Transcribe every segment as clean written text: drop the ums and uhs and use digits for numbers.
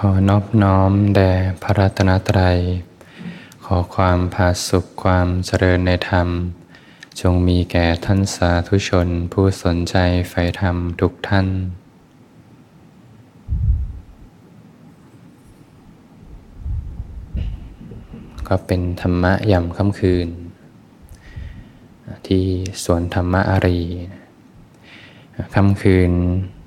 อนอบน้อมแด่พระรัตนตรัยขอความผาสุกความเจริญในธรรมจงมีแก่ท่านสาธุชนผู้สนใจใฝ่ธรรมทุกท่านก็เป็นธรรมะยามค่ำคืนที่สวนธรรมอารีค่ำคืน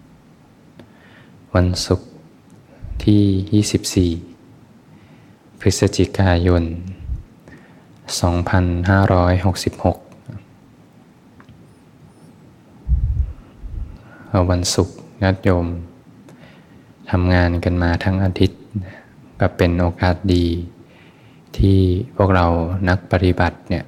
วันศุกร์ที่24พฤศจิกายน2566วันศุกร์ญาติโยมทำงานกันมาทั้งอาทิตย์ก็เป็นโอกาสดีที่พวกเรานักปฏิบัติเนี่ย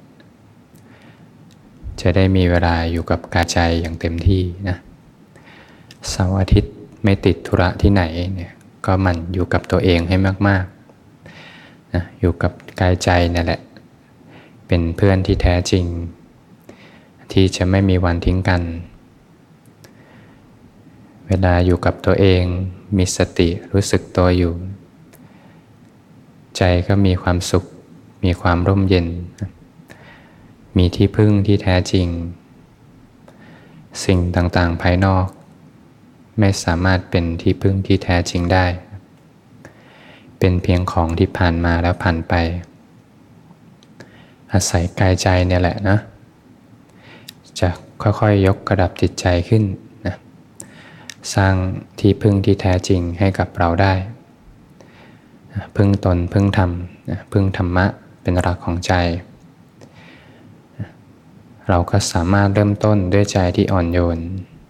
จะได้มีเวลาอยู่กับกายใจอย่างเต็มที่นะเสาร์อาทิตย์ไม่ติดธุระที่ไหนเนี่ยก็หมั่นอยู่กับตัวเองให้มากๆนะอยู่กับกายใจนั่นแหละเป็นเพื่อนที่แท้จริงที่จะไม่มีวันทิ้งกันเวลาอยู่กับตัวเองมีสติรู้สึกตัวอยู่ใจก็มีความสุขมีความร่มเย็นมีที่พึ่งที่แท้จริงสิ่งต่างๆภายนอกไม่สามารถเป็นที่พึ่งที่แท้จริงได้เป็นเพียงของที่ผ่านมาแล้วผ่านไปอาศัยกายใจเนี่ยแหละนะจะค่อยๆยกระดับจิตใจขึ้นนะสร้างที่พึ่งที่แท้จริงให้กับเราได้พึ่งตนพึ่งธรรมพึ่งธรรมะเป็นหลักของใจเราก็สามารถเริ่มต้นด้วยใจที่อ่อนโยน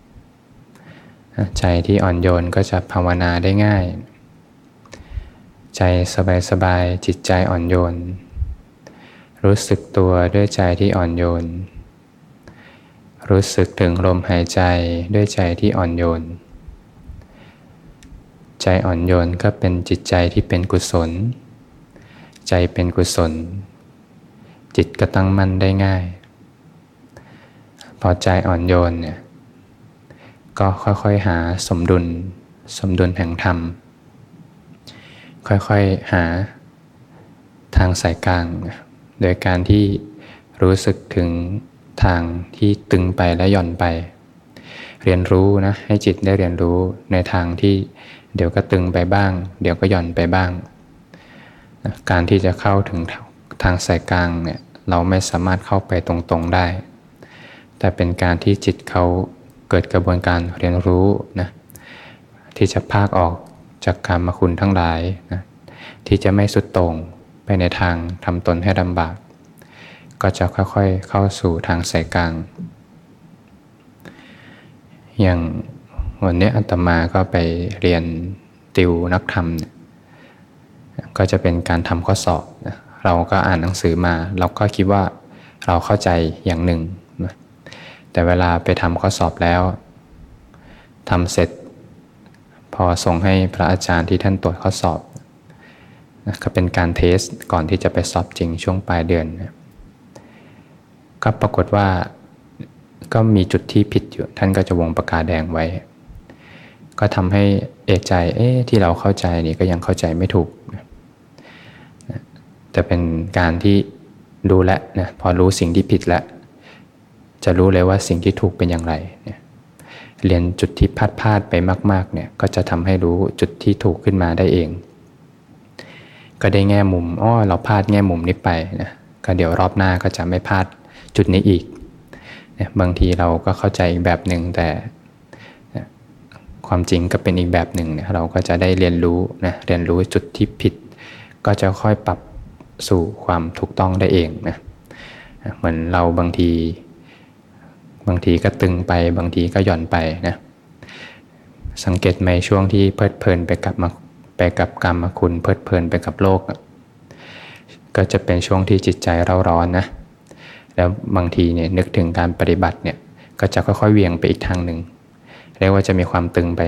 ใจที่อ่อนโยนก็จะภาวนาได้ง่ายใจสบายๆจิตใจอ่อนโยนรู้สึกตัวด้วยใจที่อ่อนโยนรู้สึกถึงลมหายใจด้วยใจที่อ่อนโยนใจอ่อนโยนก็เป็นจิตใจที่เป็นกุศลใจเป็นกุศลจิตก็ตั้งมั่นได้ง่ายพอใจอ่อนโยนเนี่ยก็ค่อยๆหาสมดุลแห่งธรรมค่อยๆหาทางสายกลางโดยการที่รู้สึกถึงทางที่ตึงไปและหย่อนไปเรียนรู้นะให้จิตได้เรียนรู้ในทางที่เดี๋ยวก็ตึงไปบ้างเดี๋ยวก็หย่อนไปบ้างการที่จะเข้าถึงทางสายกลางเนี่ยเราไม่สามารถเข้าไปตรงๆได้แต่เป็นการที่จิตเขาเกิดกระบวนการเรียนรู้นะที่จะพากออกจากกามคุณทั้งหลายนะที่จะไม่สุดโต่งไปในทางทำตนให้ลำบากก็จะค่อยๆเข้าสู่ทางสายกลางอย่างวันนี้อาตมาก็ไปเรียนติวนักธรรมก็จะเป็นการทำข้อสอบเราก็อ่านหนังสือมาเราก็คิดว่าเราเข้าใจอย่างหนึ่งแต่เวลาไปทำข้อสอบแล้วทำเสร็จพอส่งให้พระอาจารย์ที่ท่านตรวจข้อสอบก็เป็นการเทสก่อนที่จะไปสอบจริงช่วงปลายเดือนก็ปรากฏว่าก็มีจุดที่ผิดอยู่ท่านก็จะวงปากกาแดงไว้ก็ทำให้เอะใจที่เราเข้าใจนี่ก็ยังเข้าใจไม่ถูกแต่เป็นการที่รู้แล้วนะพอรู้สิ่งที่ผิดแล้วจะรู้เลยว่าสิ่งที่ถูกเป็นอย่างไรเรียนจุดที่พลาดไปมากๆเนี่ยก็จะทำให้รู้จุดที่ถูกขึ้นมาได้เองก็ได้แง่มุมเราพลาดแง่มุมนี้ไปนะก็เดี๋ยวรอบหน้าก็จะไม่พลาดจุดนี้อีกบางทีเราก็เข้าใจอีกแบบหนึ่งแต่ความจริงก็เป็นอีกแบบหนึ่งเนี่ยเราก็จะได้เรียนรู้นะเรียนรู้จุดที่ผิดก็จะค่อยปรับสู่ความถูกต้องได้เองนะเหมือนเราบางทีก็ตึงไปบางทีก็หย่อนไปนะสังเกตไหมช่วงที่เพลิดเพลินไปกับกรรมคุณเพลิดเพลินไปกับโลกก็จะเป็นช่วงที่จิตใจเร่าร้อนนะแล้วบางทีเนี่ยนึกถึงการปฏิบัติเนี่ยก็จะค่อยๆเวียงไปอีกทางหนึ่งเรียกว่าจะมีความตึงไป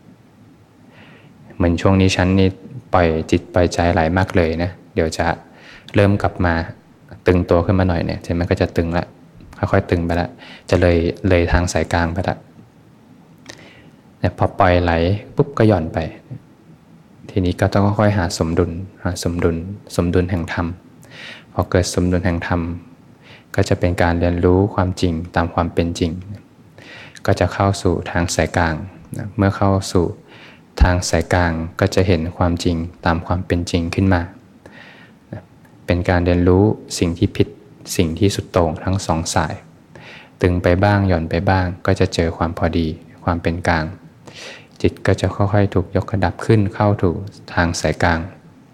เหมือนช่วงนี้ฉันนี่ปล่อยจิตปล่อยใจไหลมากเลยนะเดี๋ยวจะเริ่มกลับมาตึงตัวขึ้นมาหน่อยเนี่ยใช่ไหมก็จะตึงละค่อยๆตึงไปละจะเลยทางสายกลางไปละแต่พอปล่อยไหลปุ๊บก็หย่อนไปทีทีนี้ก็ต้องค่อยๆหาสมดุลแห่งธรรมพอเกิดสมดุลแห่งธรรมก็จะเป็นการเรียนรู้ความจริงตามความเป็นจริงก็จะเข้าสู่ทางสายกลางเมื่อเข้าสู่ทางสายกลางก็จะเห็นความจริงตามความเป็นจริงขึ้นมาเป็นการเรียนรู้สิ่งที่ผิดสิ่งที่สุดโต่งทั้งสองสายตึงไปบ้างหย่อนไปบ้างก็จะเจอความพอดีความเป็นกลางจิตก็จะค่อยๆถูกยกระดับขึ้นเข้าถูกทางสายกลาง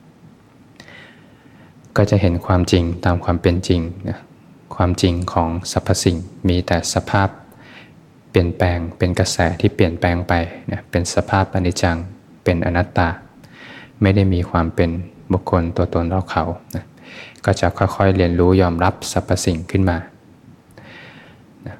ก็จะเห็นความจริงตามความเป็นจริงนะความจริงของสรรพสิ่งมีแต่สภาพเปลี่ยนแปลงเป็นกระแสที่เปลี่ยนแปลงไปนะเป็นสภาพอนิจจังเป็นอนัตตาไม่ได้มีความเป็นบุคคลตัวตนเราเขานะก็จะค่อยๆเรียนรู้ยอมรับสรรพสิ่งขึ้นมานะ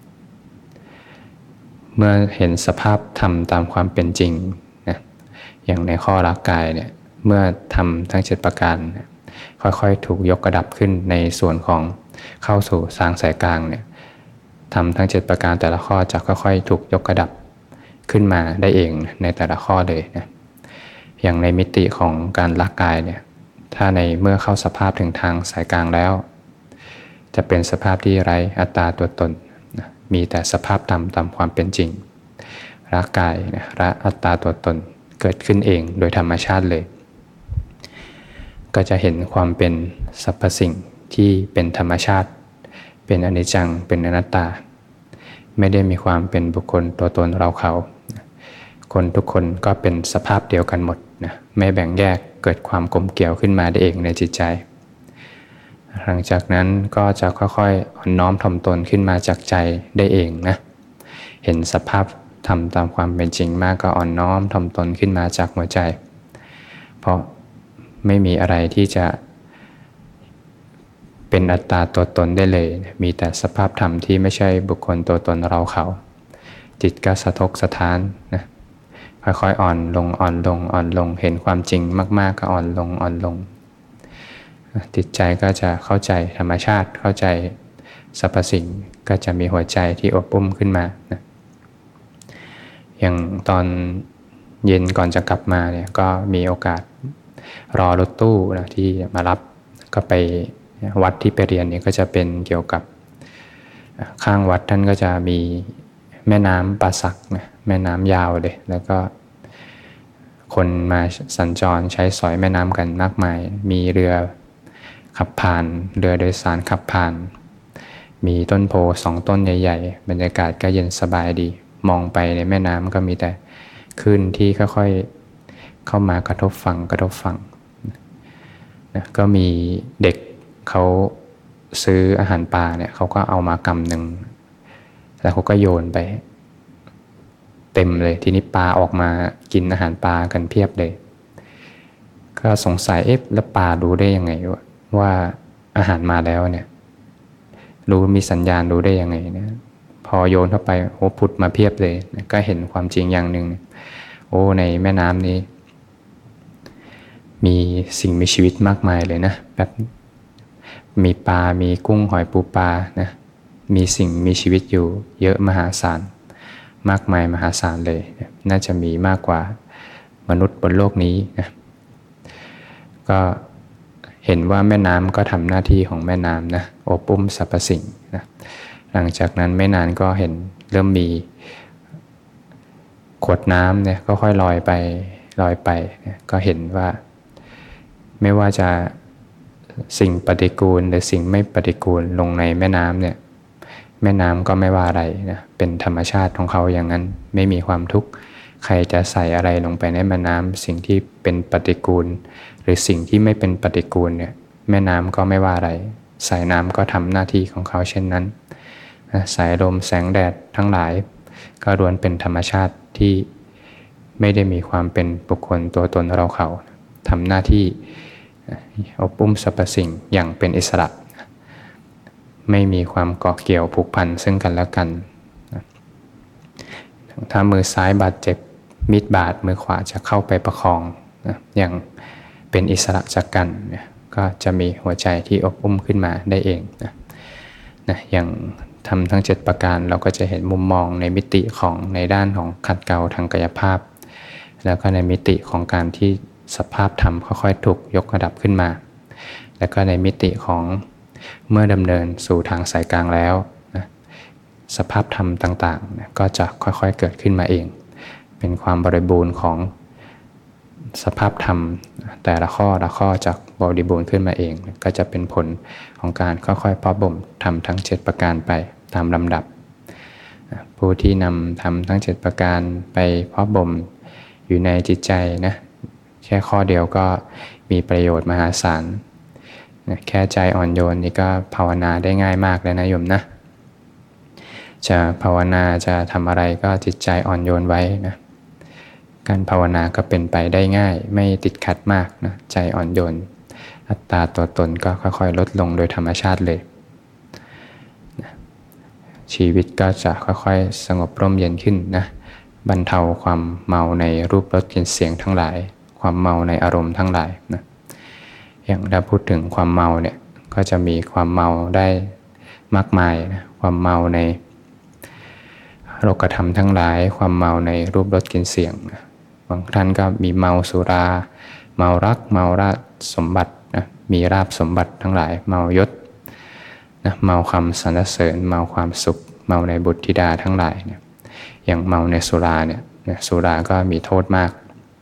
เมื่อเห็นสภาพธรรมตามความเป็นจริงนะอย่างในข้อรักกายเนี่ยเมื่อทำทั้ง7ประการนะค่อยๆถูกยกระดับขึ้นในส่วนของเข้าสู่ทางสายกลางเนี่ยทำทั้ง7ประการแต่ละข้อจะค่อยๆถูกยกระดับขึ้นมาได้เองในแต่ละข้อเลยนะอย่างในมิติของการละกายเนี่ยถ้าในเมื่อเข้าสภาพถึงทางสายกลางแล้วจะเป็นสภาพที่ไร้อัตตาตัวตนนะมีแต่สภาพธรรมตามความเป็นจริงละกายนะละอัตตาตัวตนเกิดขึ้นเองโดยธรรมชาติเลยก็จะเห็นความเป็นสรรพสิ่งที่เป็นธรรมชาติเป็นอนิจจังเป็นอนัตตาไม่ได้มีความเป็นบุคคลตัวตนเราเขาคนทุกคนก็เป็นสภาพเดียวกันหมดนะไม่แบ่งแยกเกิดความกลมเกลี่ยวขึ้นมาได้เองในจิตใจหลังจากนั้นก็จะค่อยๆอ่อนน้อมถ่อมตนขึ้นมาจากใจได้เองนะเห็นสภาพธรรมตามความเป็นจริงมากก็อ่อนน้อมถ่อมตนขึ้นมาจากหัวใจเพราะไม่มีอะไรที่จะเป็นอัตตาตัวตนได้เลยมีแต่สภาพธรรมที่ไม่ใช่บุคคลตัวตนเราเขาจิตก็สะทกสะท้านนะค่อยๆอ่อนลงเห็นความจริงมากๆก็อ่อนลงจิตใจก็จะเข้าใจธรรมชาติเข้าใจสรรพสิ่งก็จะมีหัวใจที่อบอุ้มขึ้นมานะอย่างตอนเย็นก่อนจะกลับมาเนี่ยก็มีโอกาสรอรถตู้นะที่มารับก็ไปวัดที่ไปเรียนเนี่ยก็จะเป็นเกี่ยวกับข้างวัดท่านก็จะมีแม่น้ำป่าสักนะแม่น้ำยาวเลยแล้วก็คนมาสัญจรใช้สอยแม่น้ำกันมากมายมีเรือขับผ่านเรือโดยสารขับผ่านมีต้นโพ2ต้นใหญ่ๆบรรยากาศก็เย็นสบายดีมองไปในแม่น้ำก็มีแต่คลื่นที่ค่อยๆเข้ามากระทบฝั่งนะก็มีเด็กเขาซื้ออาหารปลาเนี่ยเขาก็เอามากำหนึ่งแล้วเขาก็โยนไปเต็มเลยทีนี้ปลาออกมากินอาหารปลากันเพียบเลยก็สงสัยแล้วปลารู้ได้ยังไงว่าอาหารมาแล้วเนี่ยรู้มีสัญญาณรู้ได้ยังไงเนี่ยพอโยนเข้าไปโอ้พุดมาเพียบเลยก็เห็นความจริงอย่างหนึ่งโอ้ในแม่น้ำนี้มีสิ่งมีชีวิตมากมายเลยนะแบบมีปลามีกุ้งหอยปูปลานะมีสิ่งมีชีวิตอยู่เยอะมหาศาลมากมายมหาศาลเลยน่าจะมีมากกว่ามนุษย์บนโลกนี้นะก็เห็นว่าแม่น้ำก็ทำหน้าที่ของแม่น้ำนะอบอุ้มสรรพสิ่งนะหลังจากนั้นไม่นานก็เห็นเริ่มมีขวดน้ำเนี่ยก็ค่อยลอยไปนะก็เห็นว่าไม่ว่าจะสิ่งปฏิกูลหรือสิ่งไม่ปฏิกูลลงในแม่น้ำเนี่ยแม่น้ำก็ไม่ว่าอะไรนะเป็นธรรมชาติของเขาอย่างนั้นไม่มีความทุกข์ใครจะใส่อะไรลงไปในแม่น้ำสิ่งที่เป็นปฏิกูลหรือสิ่งที่ไม่เป็นปฏิกูลเนี่ยแม่น้ำก็ไม่ว่าอะไรสายน้ำก็ทำหน้าที่ของเขาเช่นนั้นสายลมแสงแดดทั้งหลายก็ล้วนเป็นธรรมชาติที่ไม่ได้มีความเป็นบุคคลตัวตนเราเขาทำหน้าที่อบอุ้มสรรพสิ่งอย่างเป็นอิสระไม่มีความเกาะเกี่ยวผูกพันซึ่งกันและกันถ้ามือซ้ายบาดเจ็บมีดบาดมือขวาจะเข้าไปประคองอย่างเป็นอิสระจากกันก็จะมีหัวใจที่อบอุ้มขึ้นมาได้เองนะอย่างทำทั้ง7ประการเราก็จะเห็นมุมมองในมิติของในด้านของขัดเกลาทางกายภาพแล้วก็ในมิติของการที่สภาพธรรมค่อยๆถูกยกระดับขึ้นมาแล้วก็ในมิติของเมื่อดำเนินสู่ทางสายกลางแล้วนะสภาพธรรมต่างๆนะก็จะค่อยๆเกิดขึ้นมาเองเป็นความบริบูรณ์ของสภาพธรรมแต่ละข้อจากบริบูรณ์ขึ้นมาเองก็จะเป็นผลของการค่อยๆเพาะบ่มธรรมทั้ง7ประการไปตามลำดับผู้ที่นำธรรมทั้ง7ประการไปเพาะบ่มอยู่ในจิตใจนะแค่ข้อเดียวก็มีประโยชน์มหาศาลแค่ใจอ่อนโยนนี่ก็ภาวนาได้ง่ายมากแล้วนะโยมนะจะภาวนาจะทำอะไรก็จิตใจอ่อนโยนไว้นะการภาวนาก็เป็นไปได้ง่ายไม่ติดขัดมากนะใจอ่อนโยนอัตตาตัวตนก็ค่อยๆลดลงโดยธรรมชาติเลยนะชีวิตก็จะค่อยๆสงบร่มเย็นขึ้นนะบรรเทาความเมาในรูปรสกลิ่นเสียงทั้งหลายความเมาในอารมณ์ทั้งหลายนะอย่างถ้าพูดถึงความเมาเนี่ยก็จะมีความเมาได้มากมายนะความเมาในโลกธรรมทั้งหลายความเมาในรูปรสกลิ่นเสียงนะบางท่านก็มีเมาสุราเมารักเมาราชสมบัตินะมีราภสมบัติทั้งหลายเมายศนะเมาคำสรรเสริญเมาความสุขเมาในบุตรธิดาทั้งหลายเนี่ยอย่างเมาในสุราเนี่ยสุราก็มีโทษมาก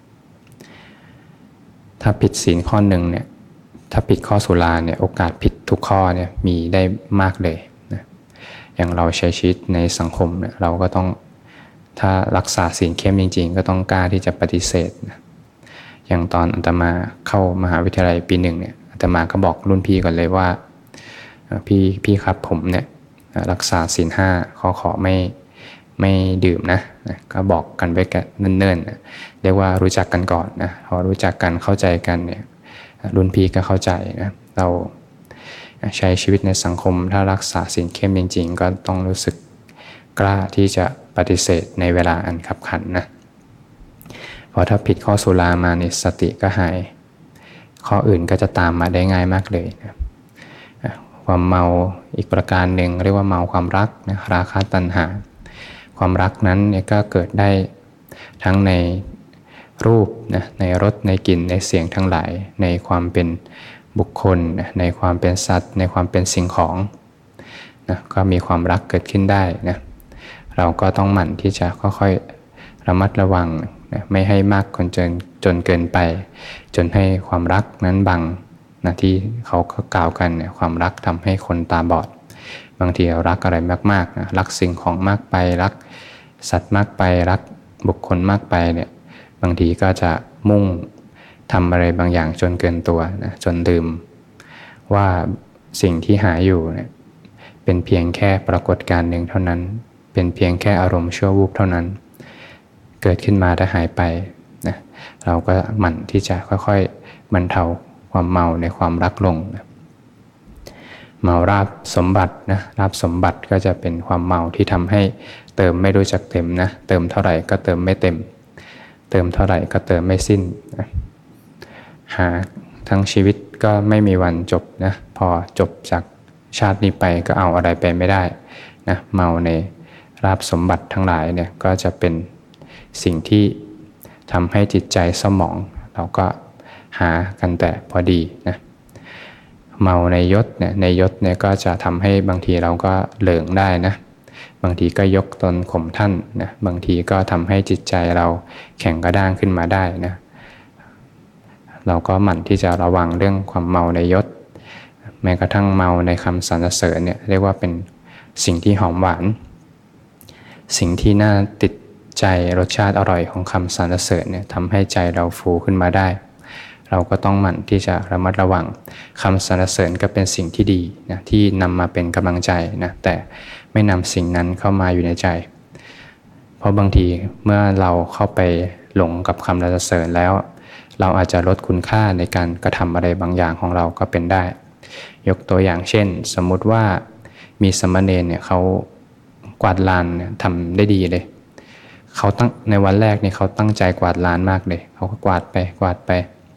ถ้าผิดศีลข้อหนึ่งเนี่ยถ้าผิดข้อสุราเนี่ยโอกาสผิดทุกข้อเนี่ยมีได้มากเลยนะอย่างเราใช้ชีวิตในสังคมเนี่ยเราก็ต้องถ้ารักษาศีลเข้มจริงๆก็ต้องกล้าที่จะปฏิเสธนะอย่างตอนอาตมาเข้ามหาวิทยาลัยปี1เนี่ยอาตมาก็บอกรุ่นพี่ก่อนเลยว่าพี่ครับผมเนี่ยรักษาศีล5ขอไม่ดื่มนะก็บอกกันไว้กันเนิ่นๆนะเรียกว่ารู้จักกันก่อนนะพอรู้จักกันเข้าใจกันเนี่ยรุ่นพี่ก็เข้าใจนะเราใช้ชีวิตในสังคมถ้ารักษาศีลเข้มจริงๆก็ต้องรู้สึกกล้าที่จะปฏิเสธในเวลาอันคับขันนะเพราะถ้าผิดข้อสุรามาเนี่ยสติก็หายข้ออื่นก็จะตามมาได้ง่ายมากเลยนะความเมาอีกประการหนึ่งเรียกว่าเมาความรักนะราคะตัณหาความรักนั้นเนี่ยก็เกิดได้ทั้งในรูปนะในรสในกลิ่นในเสียงทั้งหลายในความเป็นบุคคลนะในความเป็นสัตว์ในความเป็นสิ่งของนะก็มีความรักเกิดขึ้นได้นะเราก็ต้องหมั่นที่จะค่อยๆระมัดระวังนะไม่ให้มากจนเกินไปจนให้ความรักนั้นบังนะที่เขาก็กล่าวกันเนี่ยความรักทำให้คนตาบอดบางทีเรารักอะไรมากๆนะรักสิ่งของมากไปรักสัตว์มากไปรักบุคคลมากไปเนี่ยบางทีก็จะมุ่งทำอะไรบางอย่างจนเกินตัวนะจนลืมว่าสิ่งที่หาอยู่เนี่ยเป็นเพียงแค่ปรากฏการณ์หนึ่งเท่านั้นเป็นเพียงแค่อารมณ์ชั่ววูบเท่านั้นเกิดขึ้นมาแล้วหายไปนะเราก็หมั่นที่จะค่อยๆบรรเทาความเมาในความรักลงนะเมาราภสมบัตินะราภสมบัติก็จะเป็นความเมาที่ทำให้เติมไม่รู้จักเต็มนะเติมเท่าไหร่ก็เติมไม่เต็มเติมเท่าไหร่ก็เติมไม่สิ้นนะหาทั้งชีวิตก็ไม่มีวันจบนะพอจบจากชาตินี้ไปก็เอาอะไรไปไม่ได้นะเมาในราภสมบัติทั้งหลายเนี่ยก็จะเป็นสิ่งที่ทำให้จิตใจเศร้าหมองเราก็หากันแต่พอดีนะเมาในยศเนี่ยในยศเนี่ยก็จะทำให้บางทีเราก็เหลิงได้นะบางทีก็ยกตนข่มท่านนะบางทีก็ทำให้จิตใจเราแข็งกระด้างขึ้นมาได้นะเราก็หมั่นที่จะระวังเรื่องความเมาในยศแม้กระทั่งเมาในคำสรรเสริญเนี่ยเรียกว่าเป็นสิ่งที่หอมหวานสิ่งที่น่าติดใจรสชาติอร่อยของคำสรรเสริญเนี่ยทำให้ใจเราฟูขึ้นมาได้เราก็ต้องหมั่นที่จะระมัดระวังคำสรรเสริญก็เป็นสิ่งที่ดีนะที่นำมาเป็นกำลังใจนะแต่ไม่นำสิ่งนั้นเข้ามาอยู่ในใจเพราะบางทีเมื่อเราเข้าไปหลงกับคำสรรเสริญแล้วเราอาจจะลดคุณค่าในการกระทำอะไรบางอย่างของเราก็เป็นได้ยกตัวอย่างเช่นสมมุติว่ามีสมณเณรเนี่ยเขากวาดลานเนี่ยทำได้ดีเลยเขาตั้งในวันแรกเนี่ยเขาตั้งใจกวาดลานมากเลยเขาก็กวาดไป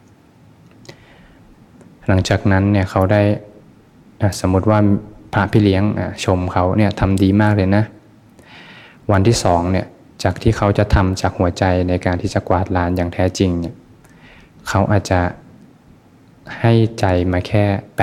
หลังจากนั้นเนี่ยเขาได้สมมติว่าพระพี่เลี้ยงชมเขาเนี่ยทำดีมากเลยนะวันที่2เนี่ยจากที่เขาจะทำจากหัวใจในการที่จะกวาดลานอย่างแท้จริงเนี่ยเขาอาจจะให้ใจมาแค่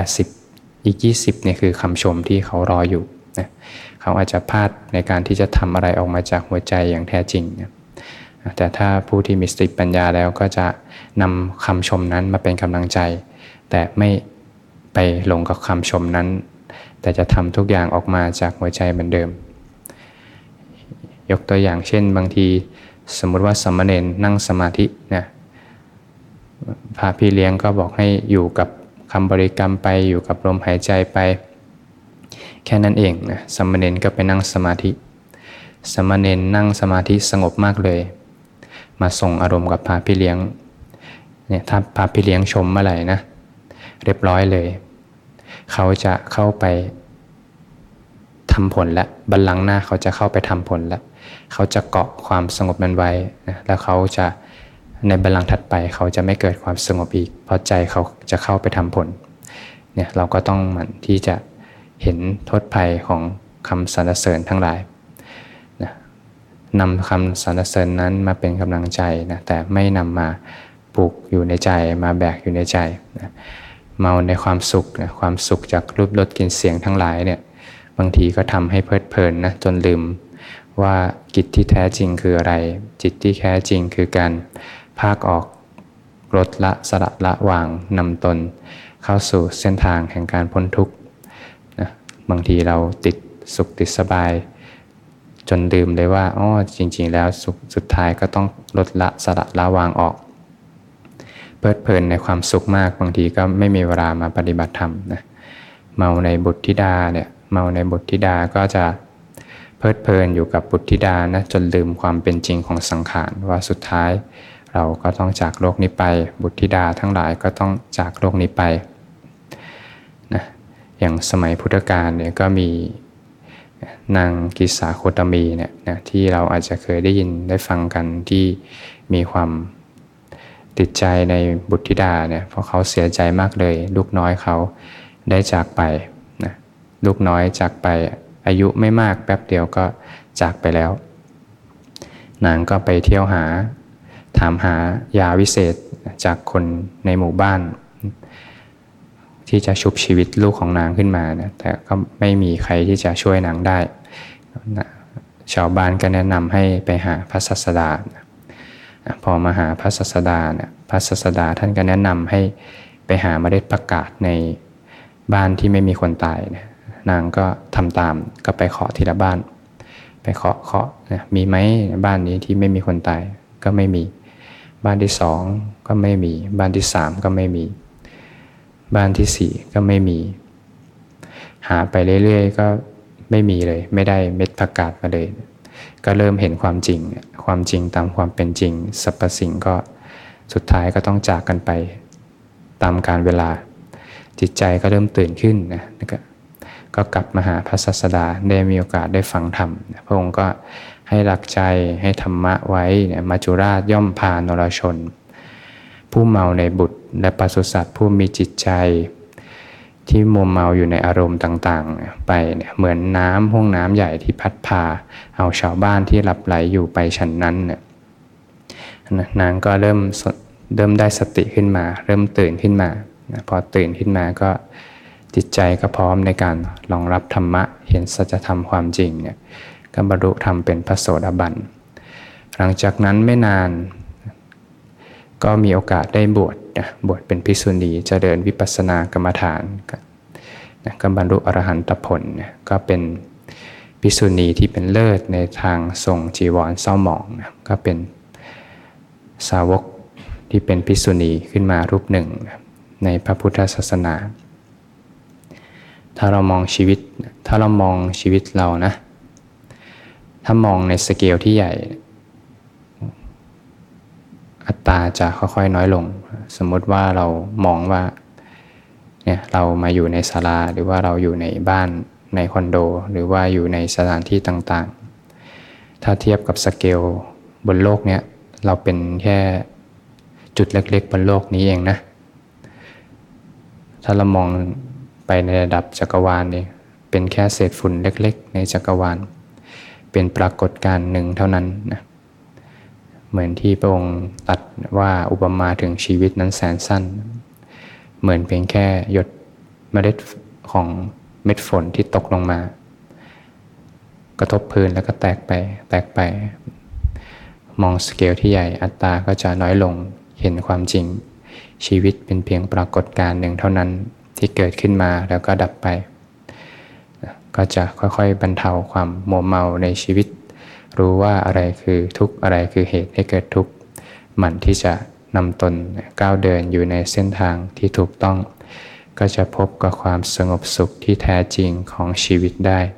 80อีก20เนี่ยคือคำชมที่เขารออยู่นะเขาอาจจะพลาดในการที่จะทำอะไรออกมาจากหัวใจอย่างแท้จริงนะแต่ถ้าผู้ที่มีสติปัญญาแล้วก็จะนำคำชมนั้นมาเป็นกำลังใจแต่ไม่ไปหลงกับคำชมนั้นแต่จะทำทุกอย่างออกมาจากหัวใจเหมือนเดิมยกตัวอย่างเช่นบางทีสมมุติว่าสามเณรนั่งสมาธินะพระพี่เลี้ยงก็บอกให้อยู่กับคำบริกรรมไปอยู่กับลมหายใจไปแค่นั้นเองนะสามเณรก็ไปนั่งสมาธิสามเณรนั่งสมาธิสงบมากเลยมาส่งอารมณ์กับพระพี่เลี้ยงเนี่ยถ้าพระพี่เลี้ยงชมเมื่อไหร่นะเรียบร้อยเลยเขาจะเข้าไปทำผลและบัลลังก์หน้าเขาจะเข้าไปทำผลและเขาจะเกาะความสงบนั้นไว้นะแล้วเขาจะในบัลลังก์ถัดไปเขาจะไม่เกิดความสงบอีกเพราะใจเขาจะเข้าไปทำผลเนี่ยเราก็ต้องหมั่นที่จะเห็นโทษภัยของคำสรรเสริญทั้งหลายนะนำคำสรรเสริญนั้นมาเป็นกำลังใจนะแต่ไม่นำมาปลูกอยู่ในใจมาแบกอยู่ในใจนะเมาในความสุขนะความสุขจากรูปรสกลิ่นเสียงทั้งหลายเนี่ยบางทีก็ทำให้เพลิดเพลินนะจนลืมว่ากิจที่แท้จริงคืออะไรจิตที่แท้จริงคือการภาคออกลดละสละละวางนำตนเข้าสู่เส้นทางแห่งการพ้นทุกข์นะบางทีเราติดสุขติดสบายจนลืมเลยว่าอ๋อจริงๆแล้วสุดท้ายก็ต้องลดละสละละวางออกเพลิดเพลินในความสุขมากบางทีก็ไม่มีเวลามาปฏิบัติธรรมนะเมาในบุตรธิดาเนี่ยเมาในบุตรธิดาก็จะเพลิดเพลินอยู่กับบุตรธิดานะจนลืมความเป็นจริงของสังขารว่าสุดท้ายเราก็ต้องจากโลกนี้ไปบุตรธิดาทั้งหลายก็ต้องจากโลกนี้ไปนะอย่างสมัยพุทธกาลเนี่ยก็มีนางกิสาโคตมีเนี่ยนะที่เราอาจจะเคยได้ยินได้ฟังกันที่มีความติดใจในบุตรธิดาเนี่ยเพราะเขาเสียใจมากเลยลูกน้อยเขาได้จากไปนะลูกน้อยจากไปอายุไม่มากแป๊บเดียวก็จากไปแล้วนางก็ไปเที่ยวถามหายาวิเศษจากคนในหมู่บ้านที่จะชุบชีวิตลูกของนางขึ้นมานะแต่ก็ไม่มีใครที่จะช่วยนางได้ชาวบ้านก็แนะนำให้ไปหาพระศาสดาพอมาหาพระศาสดาเนี่ยพระศาสดาท่านก็แนะนำให้ไปหาเมล็ดผักกาดในบ้านที่ไม่มีคนตายนะนางก็ทำตามก็ไปเคาะทีละบ้านไปเคาะนะมีไหมบ้านนี้ที่ไม่มีคนตายก็ไม่มีบ้านที่2ก็ไม่มีบ้านที่3ก็ไม่มีบ้านที่4ก็ไม่มีหาไปเรื่อยๆก็ไม่มีเลยไม่ได้เม็ดผักกาดมาเลยก็เริ่มเห็นความจริงตามความเป็นจริงสรรพสิ่งก็สุดท้ายก็ต้องจากกันไปตามกาลเวลาจิตใจก็เริ่มตื่นขึ้นนะก็กลับมาหาพระศาสดาได้มีโอกาสได้ฟังธรรมพระองค์ก็ให้หลักใจให้ธรรมะไว้เนี่ยมัจจุราชย่อมพานรชนผู้เมาในบุตรและปศุสัตว์ผู้มีจิตใจที่มัวเมาอยู่ในอารมณ์ต่างๆไปเนี่ยเหมือนน้ำห้วงน้ำใหญ่ที่พัดพาเอาชาวบ้านที่หลับไหลอยู่ไปฉันนั้นเนี่ยนางก็เริ่มได้สติขึ้นมาเริ่มตื่นขึ้นมาพอตื่นขึ้นมาก็จิตใจก็พร้อมในการรองรับธรรมะเห็นสัจธรรมความจริงเนี่ยก็บรรลุธรรมเป็นพระโสดาบันหลังจากนั้นไม่นานก็มีโอกาสได้บวชเป็นภิกษุณีเจริญวิปัสสนากรรมฐานก็บรรลุอรหันตผลก็เป็นภิกษุณีที่เป็นเลิศในทางทรงจีวรเศร้าหมองก็เป็นสาวกที่เป็นภิกษุณีขึ้นมารูปหนึ่งในพระพุทธศาสนาถ้าเรามองชีวิตเรานะถ้ามองในสเกลที่ใหญ่อัตราจะค่อยๆน้อยลงสมมติว่าเรามองว่าเนี่ยเรามาอยู่ในศาลาหรือว่าเราอยู่ในบ้านในคอนโดหรือว่าอยู่ในสถานที่ต่างๆถ้าเทียบกับสเกลบนโลกเนี่ยเราเป็นแค่จุดเล็กๆบนโลกนี้เองนะถ้าเรามองไปในระดับจักรวาลนี่เป็นแค่เศษฝุ่นเล็กๆในจักรวาลเป็นปรากฏการณ์หนึ่งเท่านั้นนะเหมือนที่พระองค์ตรัสว่าอุปมาถึงชีวิตนั้นแสนสั้นเหมือนเพียงแค่หยดเมล็ดของเม็ดฝนที่ตกลงมากระทบพื้นแล้วก็แตกไปมองสเกลที่ใหญ่อัตราก็จะน้อยลงเห็นความจริงชีวิตเป็นเพียงปรากฏการณ์หนึ่งเท่านั้นที่เกิดขึ้นมาแล้วก็ดับไปก็จะค่อยๆบรรเทาความมัวเมาในชีวิตรู้ว่าอะไรคือทุกข์อะไรคือเหตุให้เกิดทุกข์หมั่นที่จะนำตนก้าวเดินอยู่ในเส้นทางที่ถูกต้องก็จะพบกับความสงบสุขที่แท้จริงของชีวิตได้